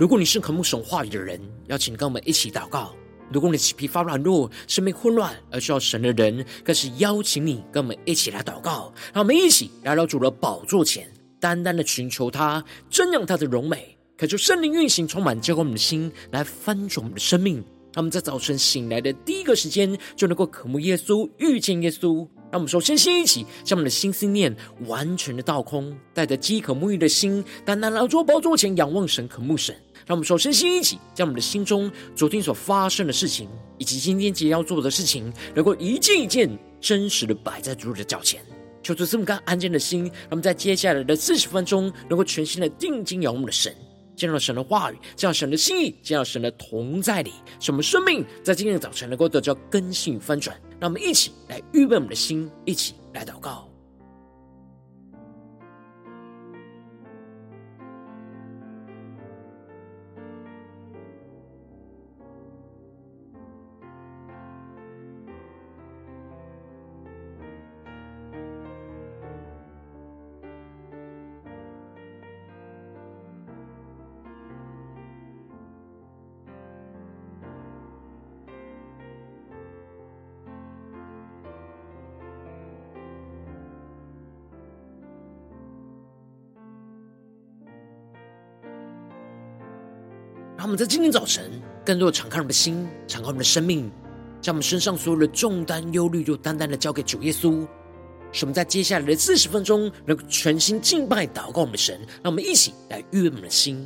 如果你是渴慕神话语的人，邀请跟我们一起祷告。如果你是疲乏软弱、生命混乱而需要神的人，更是邀请你跟我们一起来祷告。让我们一起来到主的宝座前，单单的寻求他，瞻仰他的荣美，恳求圣灵运行充满浇灌我们的心，来翻转我们的生命。让我们在早晨醒来的第一个时间，就能够渴慕耶稣，遇见耶稣。让我们首先先一起将我们的心思念完全的倒空，带着饥渴沐浴的心，单单来到宝座前仰望神，渴慕神。让我们首先先一起将我们的心中昨天所发生的事情，以及今天即将要做的事情，能够一件一件真实的摆在主的脚前。求主赐我们安静的心，让我们在接下来的40分钟，能够全心的定睛仰望我们的神，见到神的话语，见到神的心意，见到神的同在里，使我们生命在今天的早晨能够得到更新与翻转。让我们一起来预备我们的心，一起来祷告。让我们在今天早晨更多的敞开我们的心，敞开我们的生命，将我们身上所有的重担忧虑就单单的交给主耶稣，使我们在接下来的40分钟能够全心敬拜祷告我们的神。让我们一起来预备我们的心。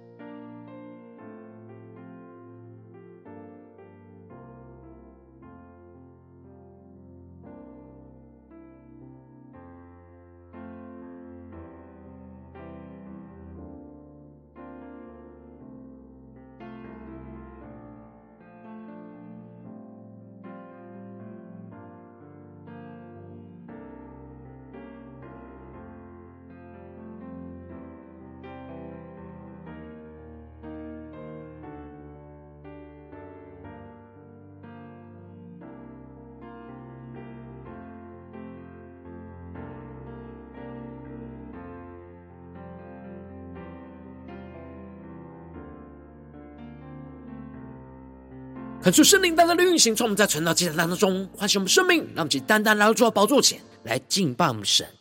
恳求圣灵单单的运行，从我们在晨祷祭坛当中唤醒我们生命，让我们去单单来到主的宝座前来敬拜我们的神。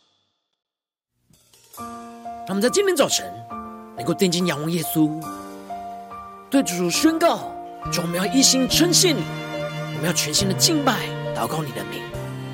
让我们在今天早晨能够定睛仰望耶稣，对主宣告：主，我们要一心称谢你，我们要全心的敬拜祷告你的名。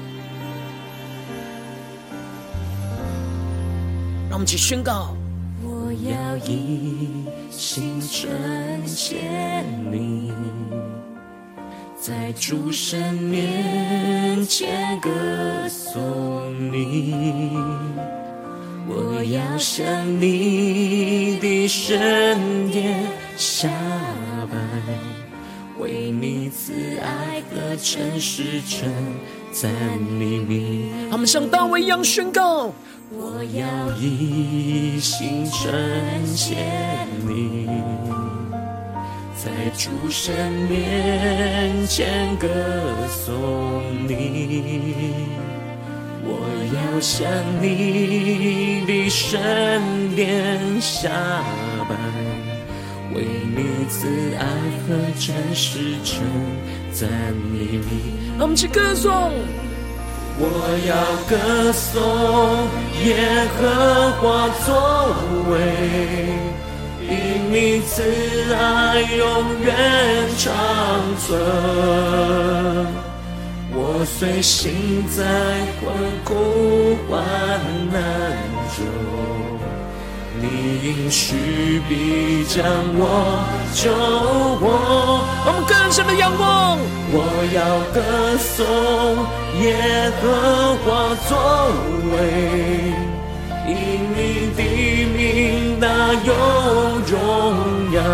让我们一起宣告： 我要一心称谢你，在主神面前歌颂你，我要向你的圣殿下拜，为你慈爱和诚实称赞你名。 他们像大卫一样宣告： 我要一心称谢你，在主神面前歌颂你，我要向你的圣殿下拜，为你慈爱和诚实称赞你名。 让我们一起歌颂。 我要歌颂耶和华作为，因你慈爱永远长存。我虽行在困苦患难中，你应许必将我救我。 我们更深的仰望。 我要歌颂耶和华作为，因你的名大有荣耀。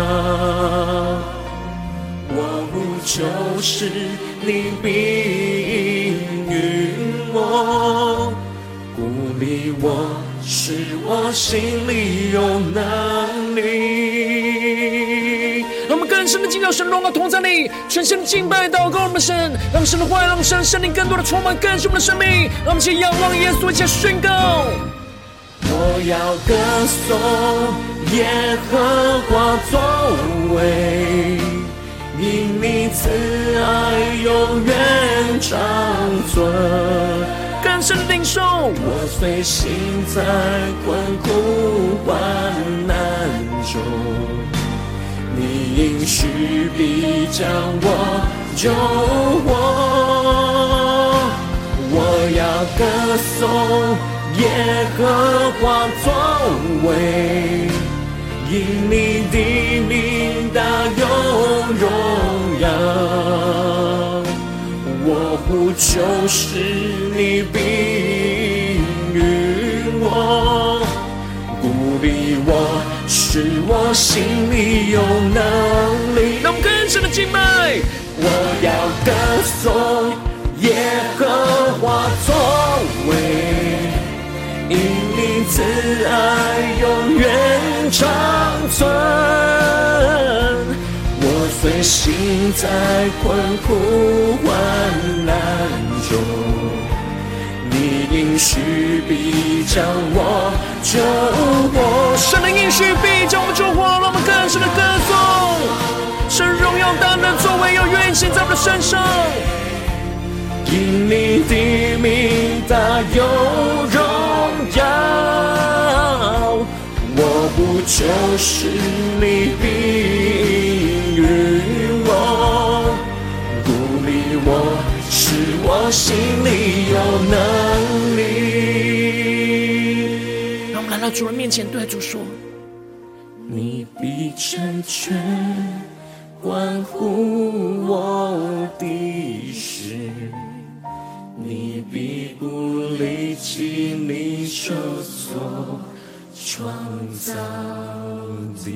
我无求时，你必应允我，鼓励我，使我心里有能力。 让我们更深的进到神荣耀同在里，全心的敬拜祷告我们的神，让神的话语，让神圣灵更多的充满更新我们的生命。让我们一起仰望耶稣，一起宣告： 我要歌颂耶和华作为，因你慈爱永远长存。 更深领受， 我虽行在困苦患难中，你应许必将我救活。我要歌颂耶和华作为，因你的名大有荣耀。我呼求时，你必应我，鼓励我，使我心里有能力。 让我们更深的敬拜。 我要歌颂耶和华作为，因你慈爱永远长存。我虽行在困苦患难中，你应许必将我救活。 神的应许必将我们救活，让我们更深的歌颂。神荣耀大能作为要运行在我们的身上， 因你的名大有荣耀。我不就是你必应我，鼓励我，使我心里有能力。 让我们来到主人面前，对主说： 你必成全关乎我的事，你必不离弃你手所创造的。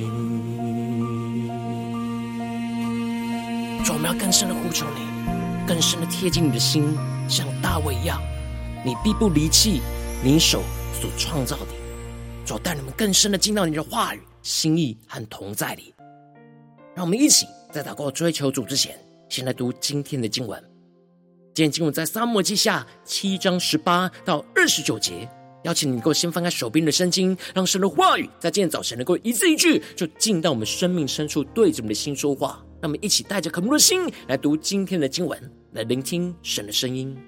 主，我们要更深的呼求你，更深的贴近你的心，像大卫一样，你必不离弃你手所创造的。主，带你们更深的进到你的话语、心意和同在里。让我们一起在祷告追求主之前，先来读今天的经文。今天经文在撒母耳记下7章18到29节。邀请你能够先翻开手边的圣经，让神的话语在今天早晨能够一字一句就进到我们生命深处，对着我们的心说话。让我们一起带着渴慕的心来读今天的经文，来聆听神的声音。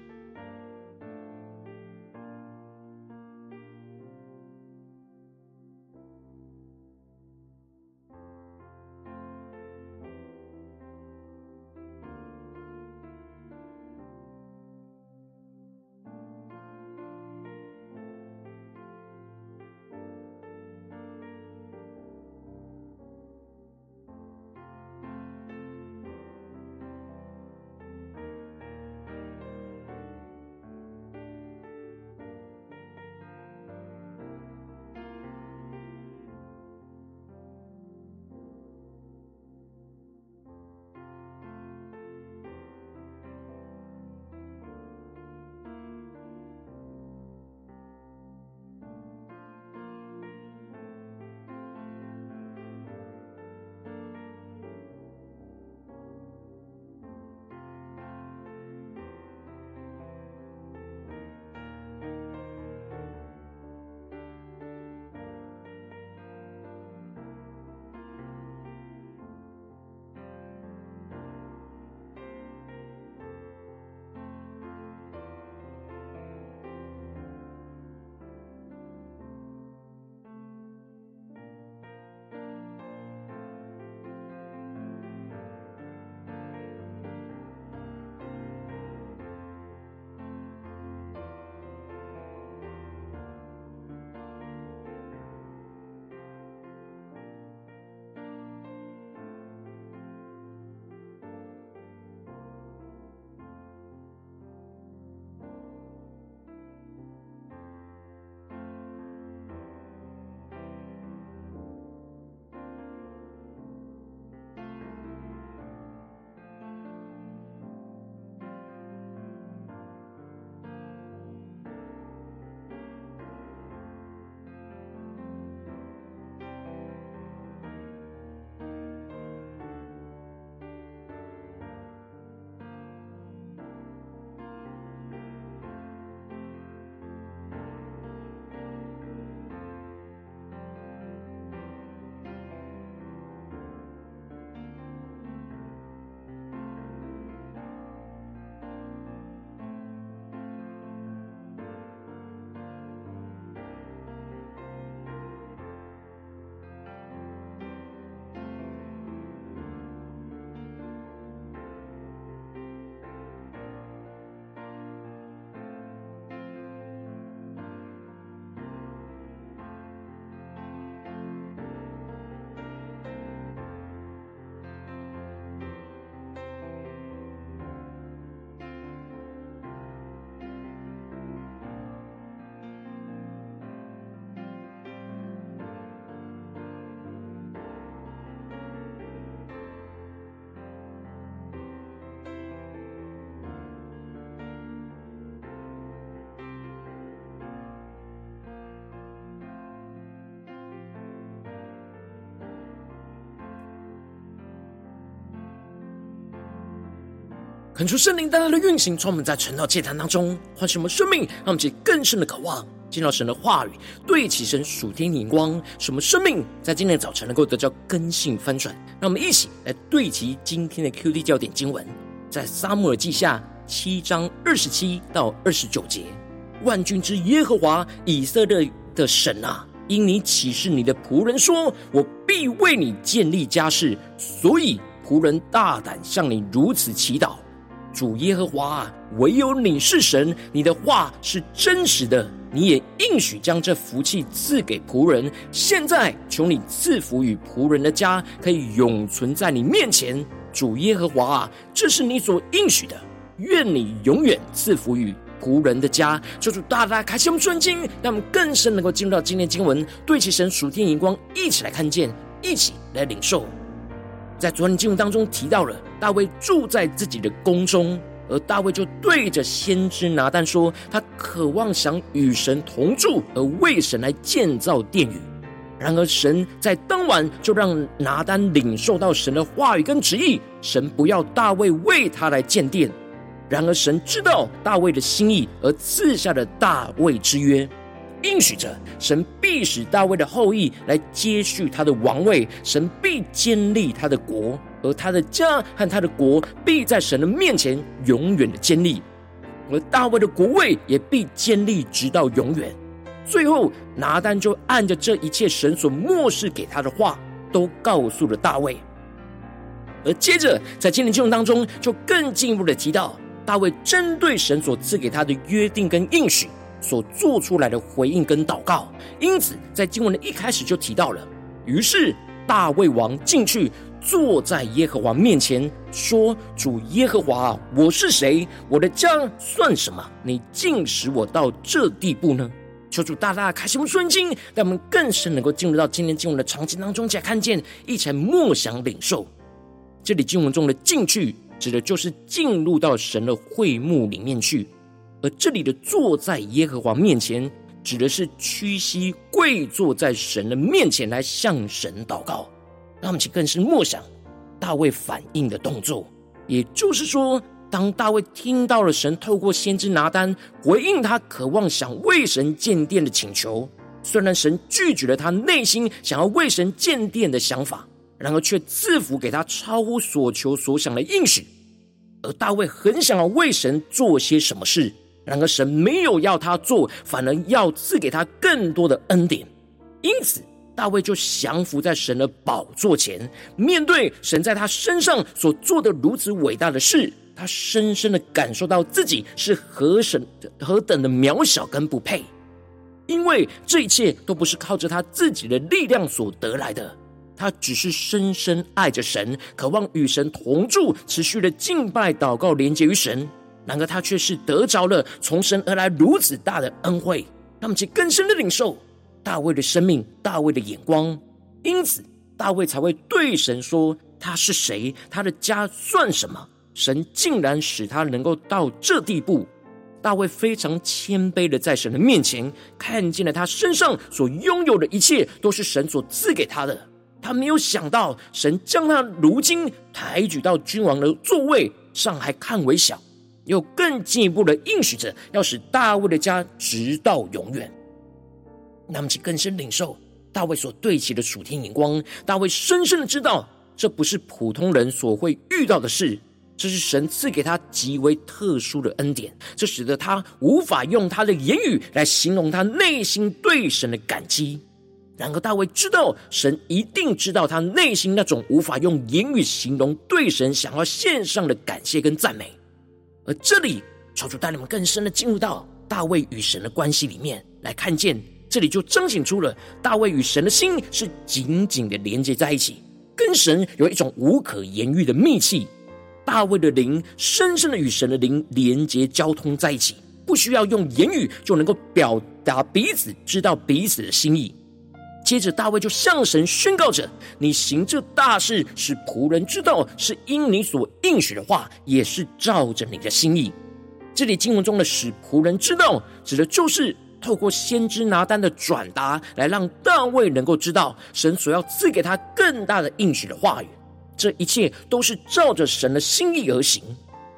恳求圣灵带来的运行，从我们在晨祷祭坛当中唤醒我们生命，让我们更深的渴望见到神的话语，对齐神属天的眼光，使我们生命在今天的早晨能够得到更新翻转。让我们一起来对齐今天的 QD 焦点经文，在撒母耳记下7章27到29节。万军之耶和华以色列的神啊，因你启示你的仆人说，我必为你建立家室，所以仆人大胆向你如此祈祷。主耶和华啊，唯有你是神，你的话是真实的，你也应许将这福气赐给仆人。现在求你赐福与仆人的家，可以永存在你面前。主耶和华啊，这是你所应许的，愿你永远赐福与仆人的家。求主大大开启我们顺经，让我们更深能够进入到今天的经文，对其神属天眼光一起来看见，一起来领受。在昨天经文当中提到了大卫住在自己的宫中，而大卫就对着先知拿单说，他渴望想与神同住，而为神来建造殿宇。然而神在当晚就让拿单领受到神的话语跟旨意，神不要大卫为他来建殿。然而神知道大卫的心意，而赐下了大卫之约，应许着神必使大卫的后裔来接续他的王位，神必坚立他的国，而他的家和他的国必在神的面前永远的坚立，而大卫的国位也必坚立直到永远。最后拿单就按着这一切神所默示给他的话都告诉了大卫。而接着在今天经文当中就更进一步的提到大卫针对神所赐给他的约定跟应许所做出来的回应跟祷告。因此在经文的一开始就提到了，于是大卫王进去坐在耶和华面前说，主耶和华啊，我是谁？我的家算什么？你竟使我到这地步呢？求主大大开启我们顺经，让我们更深能够进入到今天经文的场景当中，一起来看见，一起来默想领受。这里经文中的进去指的就是进入到神的会幕里面去，而这里的坐在耶和华面前指的是屈膝跪坐在神的面前来向神祷告。让我们一起更深默想大卫反应的动作，也就是说当大卫听到了神透过先知拿单回应他渴望想为神建殿的请求，虽然神拒绝了他内心想要为神建殿的想法，然而却赐福给他超乎所求所想的应许。而大卫很想要为神做些什么事，然而神没有要他做，反而要赐给他更多的恩典。因此大卫就降服在神的宝座前，面对神在他身上所做的如此伟大的事，他深深的感受到自己是何等的渺小跟不配，因为这一切都不是靠着他自己的力量所得来的，他只是深深爱着神，渴望与神同住，持续的敬拜祷告连结于神。然而他却是得着了从神而来如此大的恩惠，让我们去更深的领受大卫的生命，大卫的眼光。因此大卫才会对神说，他是谁？他的家算什么？神竟然使他能够到这地步。大卫非常谦卑的在神的面前看见了他身上所拥有的一切都是神所赐给他的。他没有想到神将他如今抬举到君王的座位上还看为小，又更进一步的应许着要使大卫的家直到永远。那么更深领受大卫所对齐的属天眼光，大卫深深的知道这不是普通人所会遇到的事，这是神赐给他极为特殊的恩典，这使得他无法用他的言语来形容他内心对神的感激。然而大卫知道神一定知道他内心那种无法用言语形容对神想要献上的感谢跟赞美。而这里求主带领我们更深的进入到大卫与神的关系里面来看见，这里就彰显出了大卫与神的心是紧紧的连接在一起，跟神有一种无可言喻的密契。大卫的灵深深的与神的灵连接交通在一起，不需要用言语就能够表达彼此知道彼此的心意。接着大卫就向神宣告着，你行这大事使仆人知道，是因你所应许的话，也是照着你的心意。这里经文中的使仆人知道，指的就是透过先知拿单的转达，来让大卫能够知道神所要赐给他更大的应许的话语，这一切都是照着神的心意而行。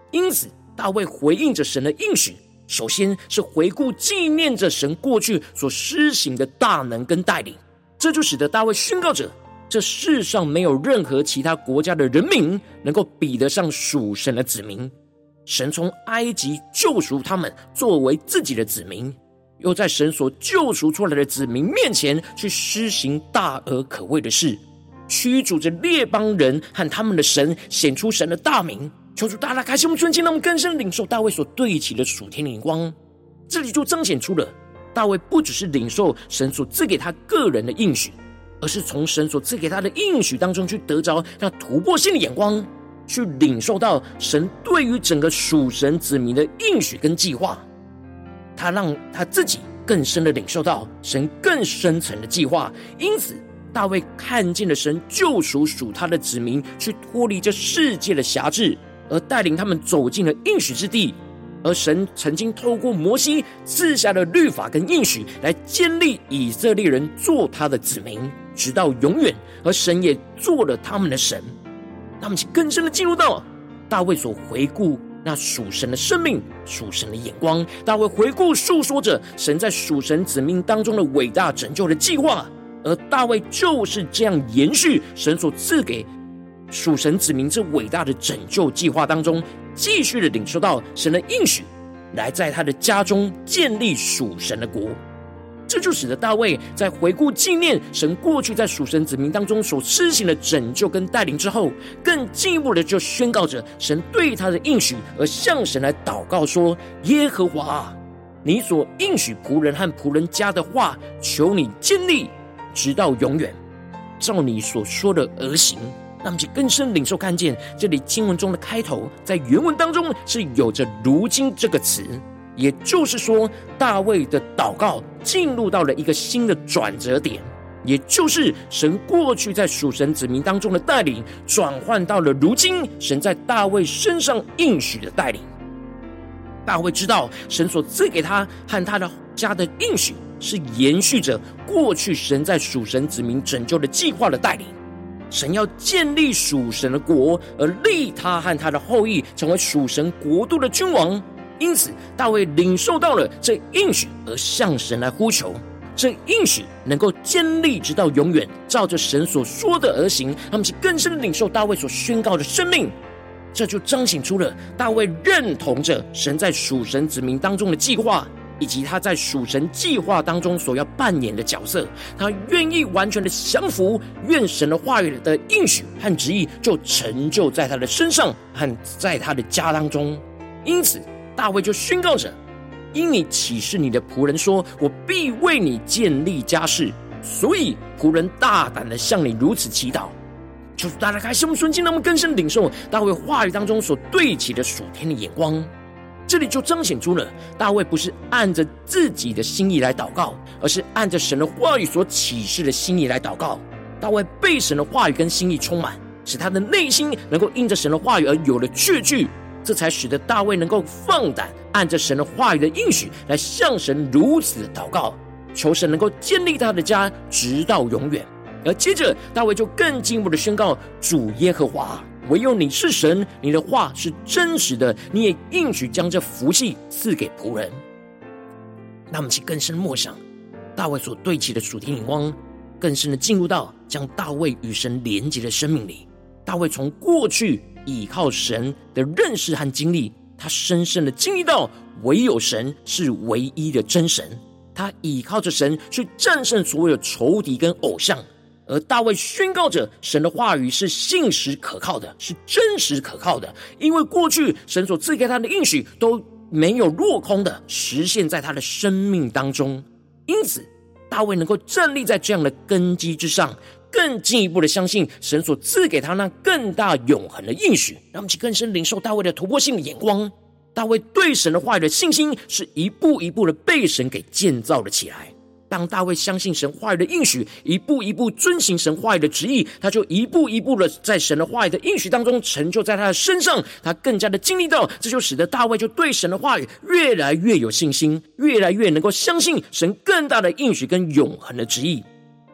因此大卫回应着神的应许，首先是回顾纪念着神过去所施行的大能跟带领，这就使得大卫宣告着，这世上没有任何其他国家的人民能够比得上属神的子民。神从埃及救赎他们作为自己的子民，又在神所救赎出来的子民面前去施行大而可畏的事，驱逐着列邦人和他们的神，显出神的大名。求主大大开启我们尊敬，让我们更深领受大卫所对齐的属天的眼光。这里就彰显出了大卫不只是领受神所赐给他个人的应许，而是从神所赐给他的应许当中去得着那突破性的眼光，去领受到神对于整个属神子民的应许跟计划。他让他自己更深的领受到神更深层的计划，因此大卫看见了神救赎属他的子民去脱离这世界的辖制，而带领他们走进了应许之地。而神曾经透过摩西赐下的律法跟应许来建立以色列人做他的子民，直到永远，而神也做了他们的神。那么更深的进入到大卫所回顾那属神的生命、属神的眼光。大卫回顾述说着神在属神子民当中的伟大拯救的计划，而大卫就是这样延续神所赐给属神子民这伟大的拯救计划当中，继续的领受到神的应许，来在他的家中建立属神的国。这就使得大卫在回顾纪念神过去在属神子民当中所施行的拯救跟带领之后，更进一步的就宣告着神对他的应许，而向神来祷告说：耶和华啊，你所应许仆人和仆人家的话，求你坚立直到永远，照你所说的而行。那么就更深领受看见这里经文中的开头，在原文当中是有着如今这个词，也就是说大卫的祷告进入到了一个新的转折点，也就是神过去在属神子民当中的带领，转换到了如今神在大卫身上应许的带领。大卫知道神所赐给他和他的家的应许是延续着过去神在属神子民拯救的计划的带领，神要建立属神的国，而立他和他的后裔成为属神国度的君王。因此大卫领受到了这应许，而向神来呼求，这应许能够坚立直到永远，照着神所说的而行。他们是更深的领受大卫所宣告的生命，这就彰显出了大卫认同着神在属神子民当中的计划，以及他在属神计划当中所要扮演的角色。他愿意完全的降服，愿神的话语的应许和旨意就成就在他的身上和在他的家当中。因此大卫就宣告着：因你启示你的仆人说，我必为你建立家室，所以仆人大胆的向你如此祈祷。求主大家开心，我们顺境，让我们更深领受大卫话语当中所对齐的属天的眼光。这里就彰显出了大卫不是按着自己的心意来祷告，而是按着神的话语所启示的心意来祷告。大卫被神的话语跟心意充满，使他的内心能够因着神的话语而有了确据，这才使得大卫能够放胆按着神的话语的应许来向神如此的祷告，求神能够建立他的家直到永远。而接着大卫就更进一步的宣告：主耶和华，唯有你是神，你的话是真实的，你也应许将这福气赐给仆人。那我们去更深默想大卫所对齐的属天眼光，更深的进入到将大卫与神连结的生命里。大卫从过去倚靠神的认识和经历，他深深的经历到唯有神是唯一的真神，他倚靠着神去战胜所有仇敌跟偶像。而大卫宣告着神的话语是信实可靠的，是真实可靠的，因为过去神所赐给他的应许都没有落空的实现在他的生命当中。因此大卫能够站立在这样的根基之上，更进一步的相信神所赐给他那更大永恒的应许，让我们去更深领受大卫的突破性的眼光。大卫对神的话语的信心是一步一步的被神给建造了起来。当大卫相信神话语的应许，一步一步遵行神话语的旨意，他就一步一步的在神的话语的应许当中成就在他的身上。他更加的经历到，这就使得大卫就对神的话语越来越有信心，越来越能够相信神更大的应许跟永恒的旨意。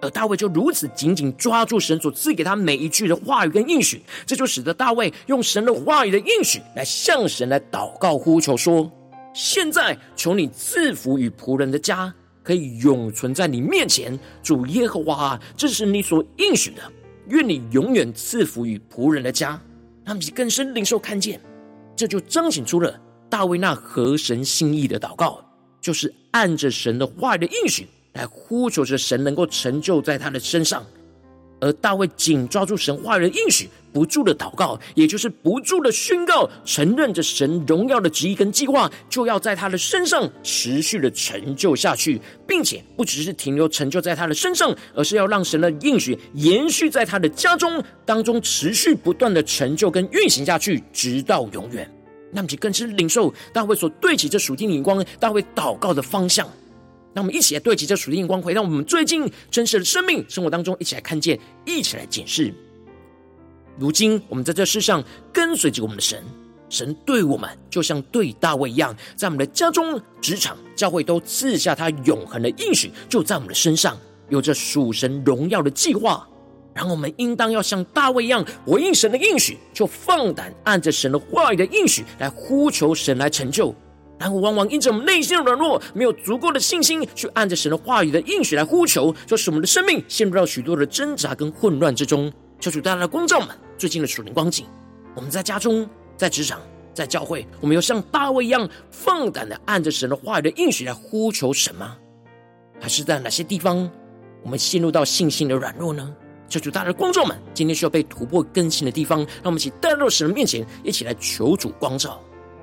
而大卫就如此紧紧抓住神所赐给他每一句的话语跟应许，这就使得大卫用神的话语的应许来向神来祷告呼求说：现在求你赐福与仆人的家，可以永存在你面前。主耶和华啊，这是你所应许的，愿你永远赐福与仆人的家。他们更深领受看见，这就彰显出了大卫那合神心意的祷告，就是按着神的话语的应许来呼求着神能够成就在他的身上。而大卫紧抓住神话语的应许，不住的祷告，也就是不住的宣告，承认着神荣耀的旨意跟计划就要在他的身上持续的成就下去，并且不只是停留成就在他的身上，而是要让神的应许延续在他的家中当中，持续不断的成就跟运行下去，直到永远。那么就更是领受大卫所对齐这属天眼光，大卫祷告的方向。让我们一起来对齐这属天眼光，回到我们最近真实的生命生活当中，一起来看见，一起来检视。如今我们在这世上跟随着我们的神，神对我们就像对大卫一样，在我们的家中、职场、教会都赐下他永恒的应许，就在我们的身上有着属神荣耀的计划。然后我们应当要像大卫一样回应神的应许，就放胆按着神的话语的应许来呼求神来成就。然后往往因着我们内心的软弱，没有足够的信心去按着神的话语的应许来呼求，就使我们的生命陷入到许多的挣扎跟混乱之中。求主带来的光照们最近的属灵光景，我们在家中、在职场、在教会，我们有像大卫一样放胆的按着神的话语的应许来呼求神吗？还是在哪些地方我们陷入到信心的软弱呢？求主带来的光照们今天需要被突破更新的地方，让我们一起带到神的面前，一起来求主光照。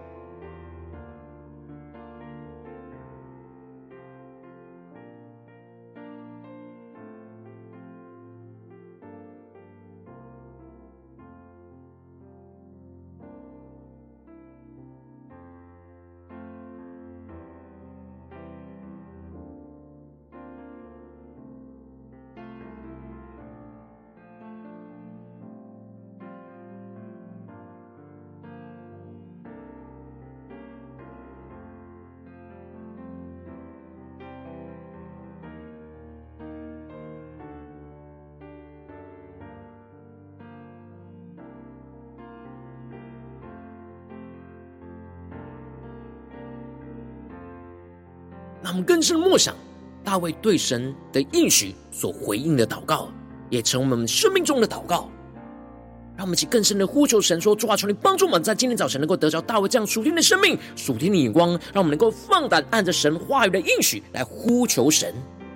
让我们更深默想大卫对神的应许所回应的祷告，也成为我们生命中的祷告。让我们一起更深的呼求神说：主啊，求你帮助我们在今天早晨能够得着大卫这样属天的生命、属天的眼光，让我们能够放胆按着神话语的应许来呼求神。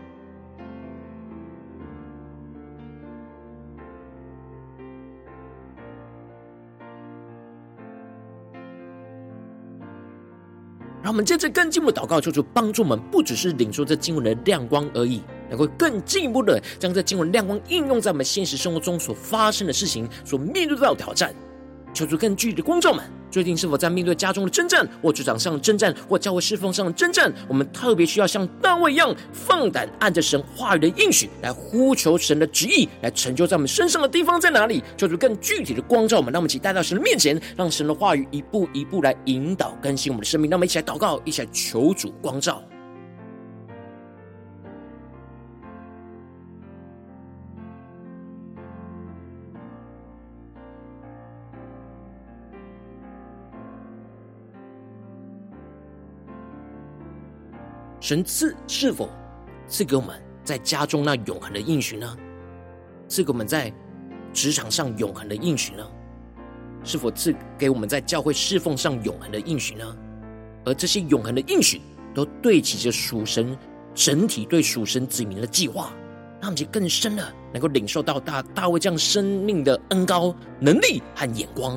让我们接着更进一步的祷告，求主帮助我们，不只是领受这经文的亮光而已，能够更进一步的将这经文亮光应用在我们现实生活中所发生的事情、所面对到的挑战。求主更具体的光照们，最近是否在面对家中的征战，或职场上的征战，或教会侍奉上的征战，我们特别需要像大卫一样放胆按着神话语的应许来呼求神的旨意来成就在我们身上的地方在哪里？求主更具体的光照我们，让我们一起带到神的面前，让神的话语一步一步来引导更新我们的生命。让我们一起来祷告，一起来求主光照。神是否赐给我们在家中那永恒的应许呢？赐给我们在职场上永恒的应许呢？是否赐给我们在教会侍奉上永恒的应许呢？而这些永恒的应许都对齐着属神整体对属神子民的计划，让我们更深的能够领受到大卫这样生命的恩膏、能力和眼光。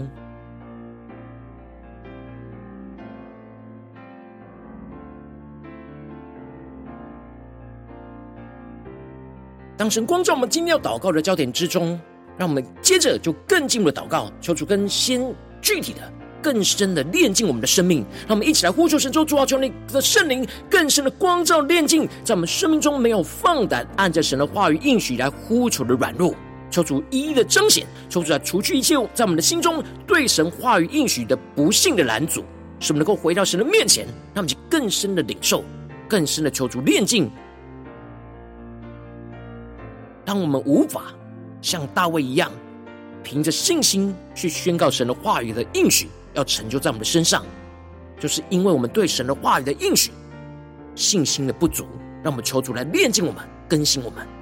当神光照我们今天要祷告的焦点之中，让我们接着就更进一步的祷告，求主更先具体的更深的炼净我们的生命。让我们一起来呼求神说：主啊，求你的圣灵更深的光照炼净在我们生命中没有放胆按着神的话语应许来呼求的软弱，求主一一的彰显，求主来除去一切在我们的心中对神话语应许的不信的拦阻，使我们能够回到神的面前，让我们更深的领受，更深的求主炼净。 当我们无法像大卫一样凭着信心去宣告神的话语的应许要成就在我们的身上，就是因为我们对神的话语的应许信心的不足。让我们求主来炼净我们，更新我们。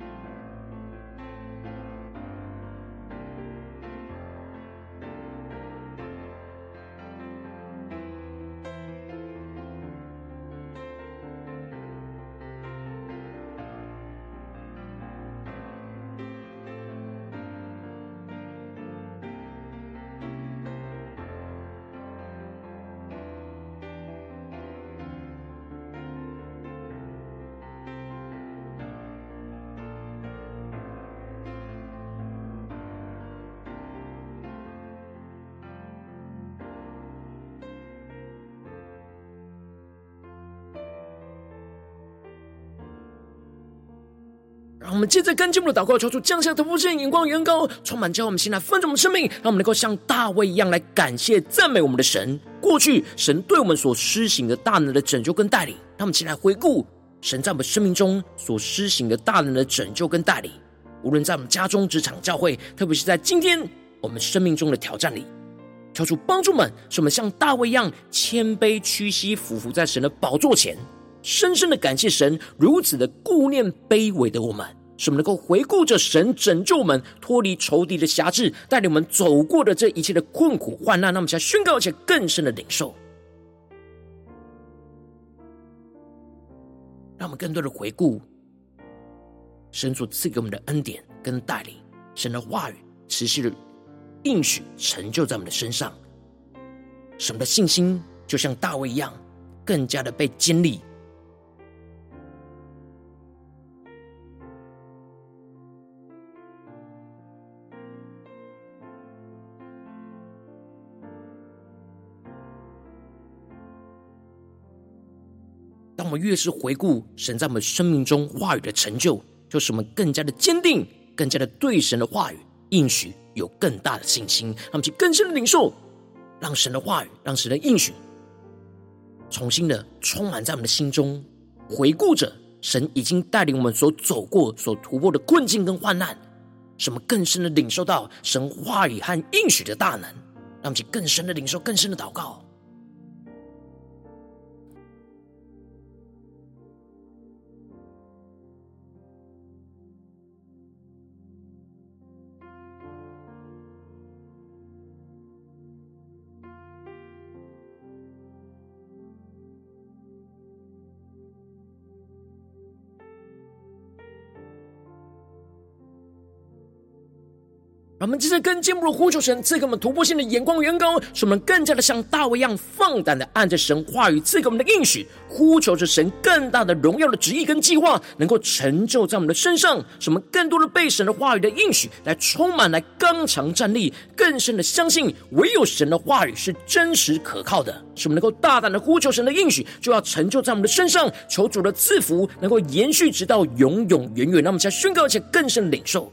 让我们接着跟进我们的祷告，求主降下突破性眼光远高，充满教我们心来分盛我们生命，让我们能够像大卫一样来感谢赞美我们的神。过去神对我们所施行的大能的拯救跟带领，让我们一起来回顾神在我们生命中所施行的大能的拯救跟带领，无论在我们家中、职场、教会，特别是在今天我们生命中的挑战里，求主帮助们，使我们像大卫一样谦卑屈膝，俯伏在神的宝座前，深深的感谢神如此的顾念卑微的我们，使我们能够回顾着神拯救我们脱离仇敌的辖制，带领我们走过的这一切的困苦患难，让我们才宣告一些更深的领受，让我们更多的回顾神所赐给我们的恩典跟带领，神的话语持续的应许成就在我们的身上，使我们的信心就像大卫一样更加的被坚立。当我们越是回顾神在我们生命中话语的成就，就使我们更加的坚定，更加的对神的话语应许有更大的信心，让我们去更深的领受，让神的话语，让神的应许重新的充满在我们的心中，回顾着神已经带领我们所走过、所突破的困境跟患难，使我们更深的领受到神话语和应许的大能，让我们去更深的领受、更深的祷告。让我们接着更进一步的呼求神赐给我们突破性的眼光远高，使我们更加的像大卫一样放胆的按着神话语赐给我们的应许，呼求着神更大的荣耀的旨意跟计划能够成就在我们的身上，使我们更多的被神的话语的应许来充满，来刚强站立，更深的相信唯有神的话语是真实可靠的，使我们能够大胆的呼求神的应许就要成就在我们的身上，求主的赐福能够延续直到永永远远，让我们再宣告一些更深的领受。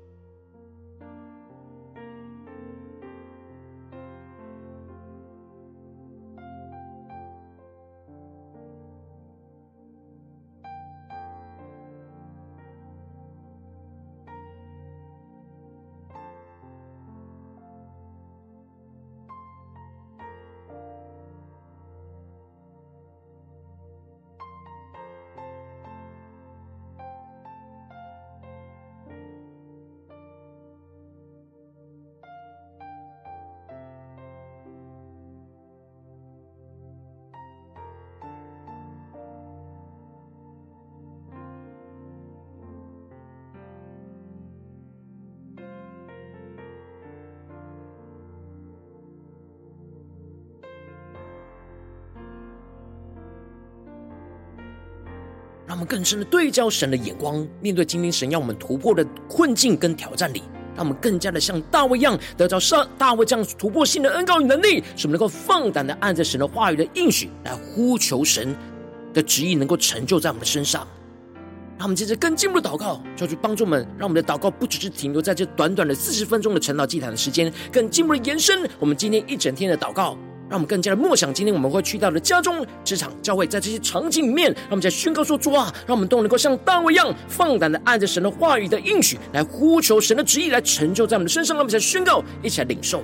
让我们更深的对焦神的眼光，面对今天神要我们突破的困境跟挑战里，让我们更加的像大卫一样得着大卫这样突破性的恩膏与能力，使我们能够放胆的按着神的话语的应许来呼求神的旨意能够成就在我们的身上。让我们接着更进一步的祷告，求主帮助我们，让我们的祷告不只是停留在这短短的40分钟的晨祷祭坛的时间，更进一步的延伸我们今天一整天的祷告， 让我们更加的默想今天我们会去到的家中、职场、教会，在这些场景里面，让我们在宣告说：主啊，让我们都能够像大卫一样，放胆的按着神的话语的应许来呼求神的旨意，来成就在我们的身上。让我们在宣告，一起来领受。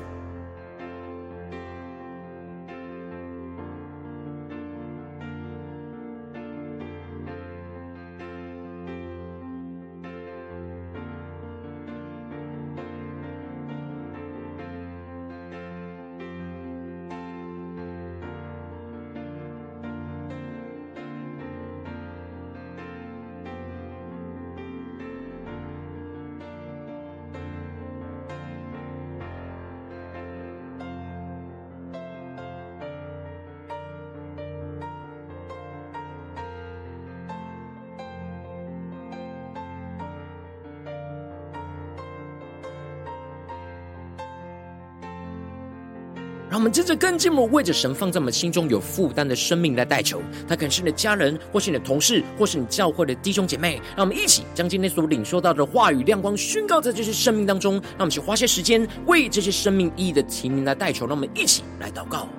让我们接着更进一步为着神放在我们心中有负担的生命来代求，他可能是你的家人，或是你的同事，或是你教会的弟兄姐妹。让我们一起将今天所领受到的话语亮光宣告在这些生命当中，让我们去花些时间为这些生命意义的提名来代求。让我们一起来祷告。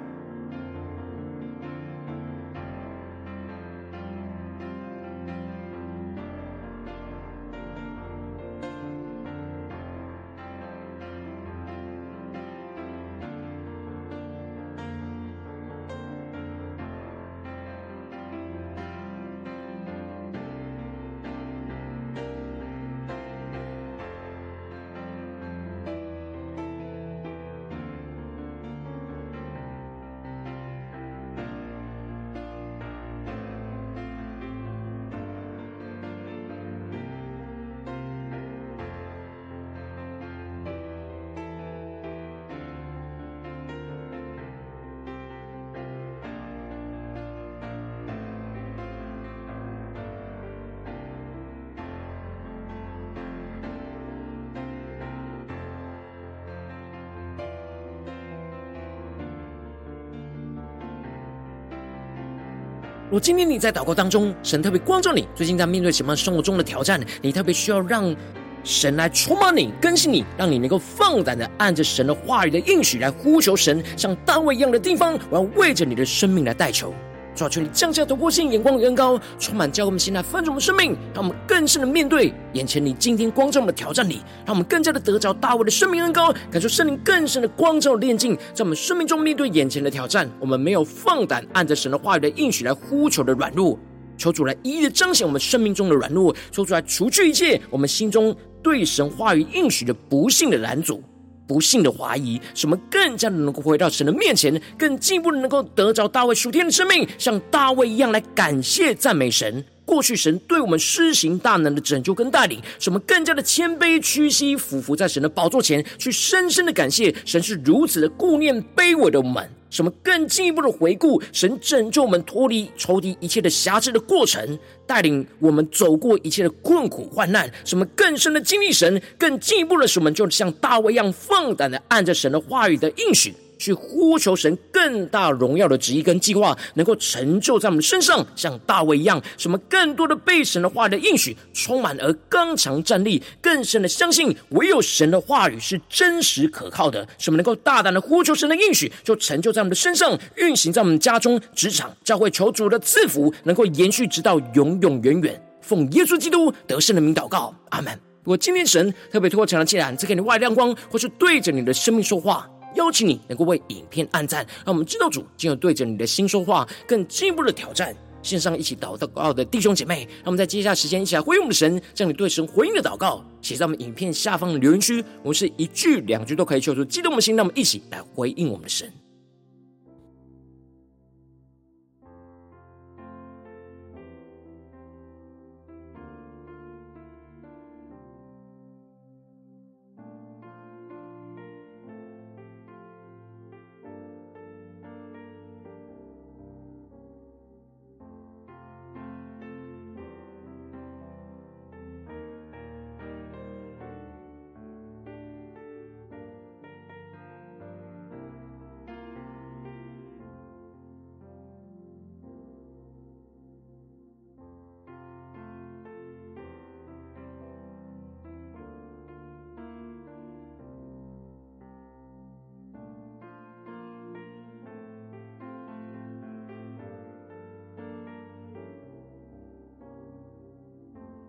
如果今天你在祷告当中，神特别光照你，最近在面对什么生活中的挑战，你特别需要让神来充满你、更新你，让你能够放胆的按着神的话语的应许来呼求神，像大卫一样的地方，我要为着你的生命来代求。主啊，求你降下突破性眼光与恩膏，充满教会我们心来翻转我们生命，让我们更深的面对眼前你今天光照我们的挑战里，让我们更加的得着大卫的生命恩膏，感受圣灵更深的光照炼净，在我们生命中面对眼前的挑战，我们没有放胆按着神的话语的应许来呼求的软弱，求主来一一的彰显我们生命中的软弱，求主来除去一切我们心中对神话语应许的不幸的拦阻、不幸的怀疑，使我们更加的能够回到神的面前，更进一步的能够得着大卫属天的生命，像大卫一样来感谢赞美神。过去神对我们施行大能的拯救跟带领，使我们更加的谦卑屈膝俯伏在神的宝座前，去深深的感谢神是如此的顾念卑微的我们，使我们更进一步的回顾神拯救我们脱离仇敌一切的辖制的过程，带领我们走过一切的困苦患难，使我们更深的经历神，更进一步的使我们就像大卫一样放胆的按着神的话语的应许去呼求神更大荣耀的旨意跟计划能够成就在我们身上，像大卫一样，使我们更多的被神的话语的应许充满而刚强站立，更深的相信唯有神的话语是真实可靠的，使我们能够大胆的呼求神的应许就成就在我们的身上，运行在我们家中、职场、教会，求主的赐福能够延续直到永永远远。奉耶稣基督得胜的名祷告，阿们。如果今天神特别透过这样的祭坛赐给你外亮光，或是对着你的生命说话，邀请你能够为影片按赞，让我们知道主今日对着你的心说话，更进一步的挑战线上一起祷告的弟兄姐妹，让我们在接下来时间一起来回应我们的神，将你对神回应的祷告写在我们影片下方的留言区，我们是一句两句都可以求出激动我们的心，让我们一起来回应我们的神。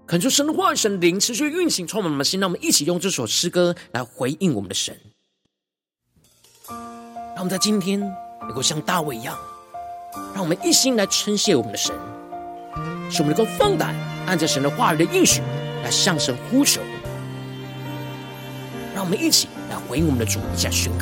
恳求神的话语、神的灵持续运行，充满我们的心。让我们一起用这首诗歌来回应我们的神。让我们在今天能够像大卫一样，让我们一心来称谢我们的神，使我们能够放胆按着神的话语的应许来向神呼求。让我们一起来回应我们的主，一下宣告：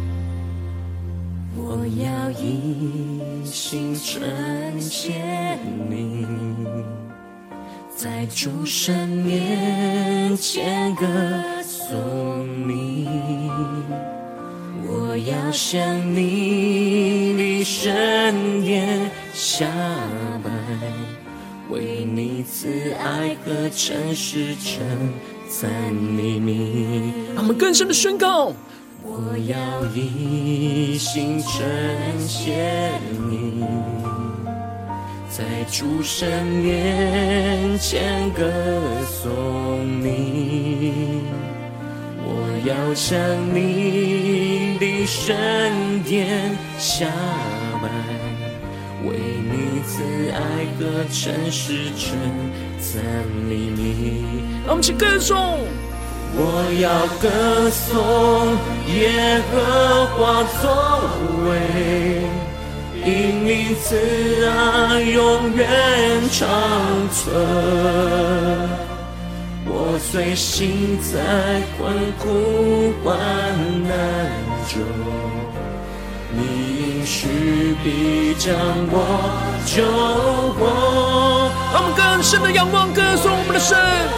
我要一心称谢你，在主神面前歌颂你。我要向你的圣殿下拜，为你慈爱和诚实称赞你名。 让我们更深的宣告： 我要一心称谢你，在主神面前歌颂你。我要向你的圣殿下拜，为你慈爱和诚实称赞你名。 让我们一起歌颂。 我要歌颂耶和华作为，因你慈爱永远长存。我虽行在困苦患难中，你应许必将我救活。 让我们更深的仰望歌颂我们的神。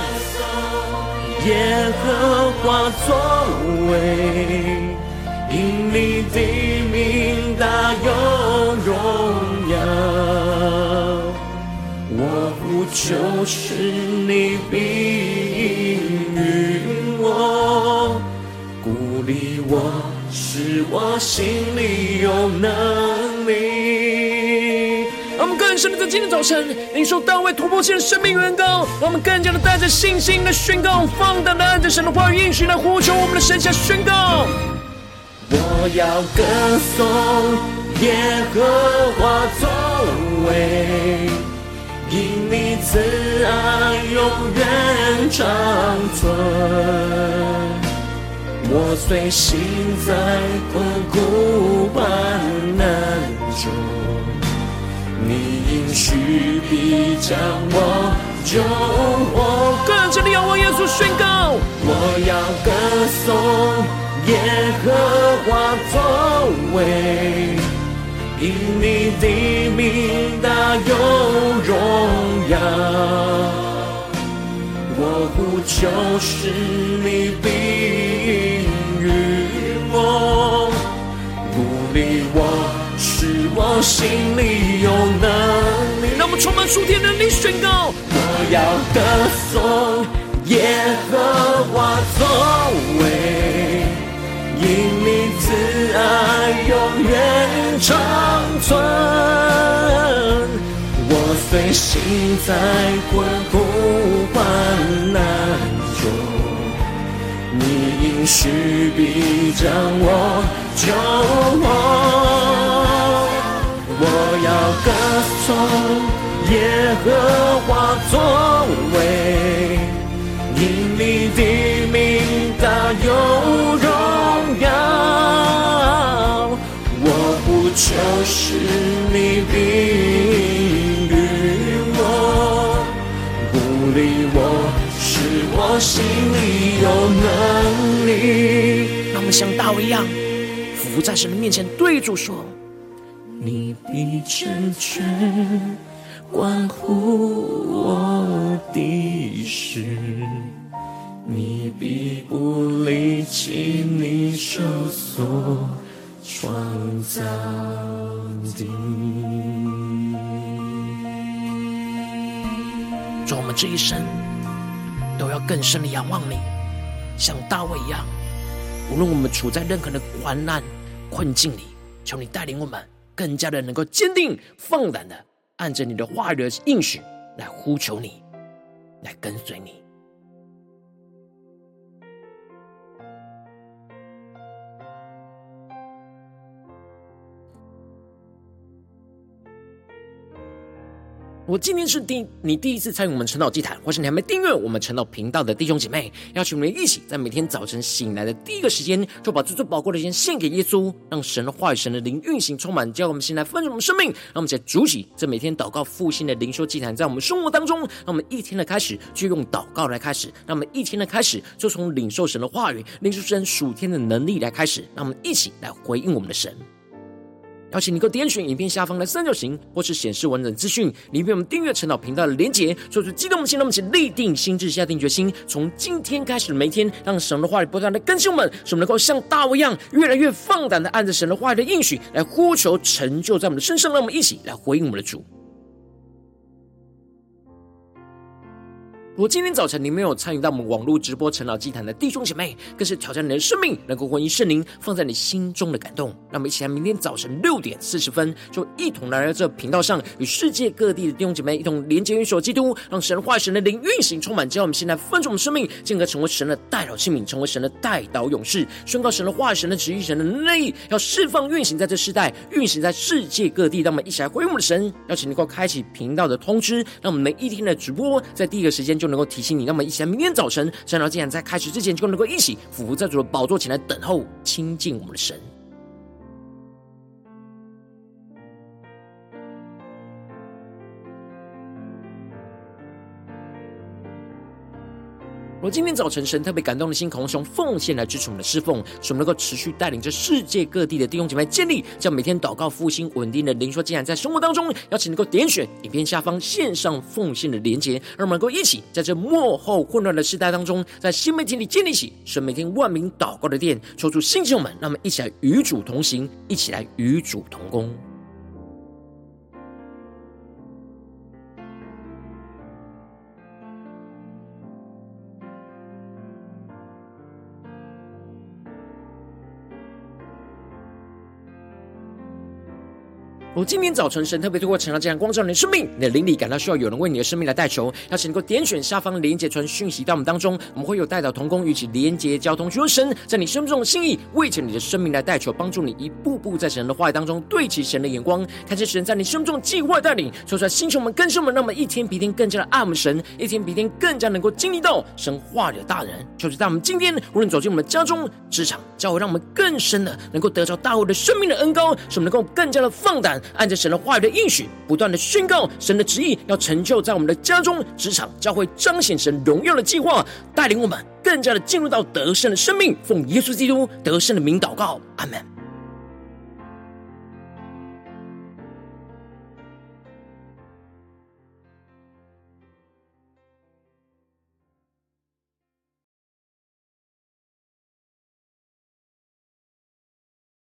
耶和华作为，因你的名大有荣耀。我呼求时，你必应允我，鼓励我，使我心里有能力。 让我们更深的在今天早晨领受大卫突破性的生命原告，让我们更加的带着信心的宣告，放胆的按着神的话语应许来呼求我们的神，下宣告： 我要歌颂耶和华作为，因你慈爱永远长存。我虽行在困苦患难中，你应许必将我救活。 更深的仰望耶稣宣告： 我要歌颂耶和华作为，因你的名大有荣耀。我呼求时，你必应允我，鼓励我，使我心里有能力。 让我们充满属天的能力宣告： 我要歌颂耶和华作为，因你慈爱永远长存。我虽行在困苦患难中，你应许必将我救活。我要歌颂耶和华作为，因你的名大有荣耀。我呼求时，你必允我，鼓励我，使我心里有能力。 让我们像大卫一样俯伏在神的面前，对主说： 你必成全关乎我的事，你必不离弃你手所创造的。 主，我们这一生都要更深的仰望你，像大卫一样，无论我们处在任何的患难困境里，求你带领我们更加的能够坚定放胆的按着你的话语的应许来呼求你，来跟随你。 如果今天是你第一次参与我们晨祷祭坛，或是你还没订阅我们晨祷频道的弟兄姐妹，邀请我们一起在每天早晨醒来的第一个时间，就把最宝贵的时间献给耶稣，让神的话语、神的灵运行充满，叫我们先来分盛我们生命，让我们在主起这每天祷告复兴的灵修祭坛，在我们生活当中，让我们一天的开始就用祷告来开始，让我们一天的开始就从领受神的话语、领受神属天的能力来开始，让我们一起来回应我们的神。邀请你点选影片下方的三角形，或是显示完整资讯里面我们订阅晨祷频道的连结，做出激动的心，让我们一起立定心志，下定决心，从今天开始的每一天，让神的话语不断的更新我们，使我们能够像大卫一样，越来越放胆的按着神的话语的应许来呼求成就在我们的身上。让我们一起来回应我们的主。如果今天早晨你没有参与到我们网络直播晨祷祭坛的弟兄姐妹，更是挑战你的生命，能够回应圣灵放在你心中的感动。让我们一起来明天早晨6:40就一同来到这频道上，与世界各地的弟兄姐妹一同连接元首基督，让神的话语、神的灵运行充满，叫我们现在分盛我们生命，进而成为神的代祷器皿，成为神的代祷勇士，宣告神的话语、神的旨意、神的能力，要释放运行在这世代，运行在世界各地。让我们一起来回应我们的神，邀请能够开启频道的通知，让我们每一天的直播在第一个时间就能够提醒你。让我们一起来明天早晨晨祷祭坛在开始之前，就能够一起俯伏在主的宝座前来等候亲近我们的神。如果今天早晨神特别感动的心，渴望用奉献来支持我们的侍奉，使我们能够持续带领着世界各地的弟兄姐妹建立将每天祷告复兴稳定的灵说，竟然在生活当中，邀请能够点选影片下方线上奉献的连结，让我们能够一起在这末后混乱的时代当中，在新媒体里建立起神每天万名祷告的殿，抽出新弟兄们，让我们一起来与主同行，一起来与主同工。如果今天早晨神特别透过晨祷祭坛光照你的生命，你的灵里感到需要有人为你的生命来代求，邀请能够点选下方连结传讯息到我们当中，我们会有代祷同工与其连结交通，求神在你生命中的心意，为着你的生命来代求，帮助你一步步在神的话语当中对齐神的眼光，看见神在你生命中的计划带领，说出来星球们更新我们，让我们一天比一天更加的爱我们神，一天比一天更加能够经历到神话语的大能。求主在我们今天无论走进我们的家中、职场、教会，让我们更深的能够得着大卫的生命的恩膏，使我们能够更加的放胆按着神的话语的应许，不断的宣告神的旨意要成就在我们的家中、职场、教会，彰显神荣耀的计划，带领我们更加的进入到得胜的生命。奉耶稣基督得胜的名祷告，阿们。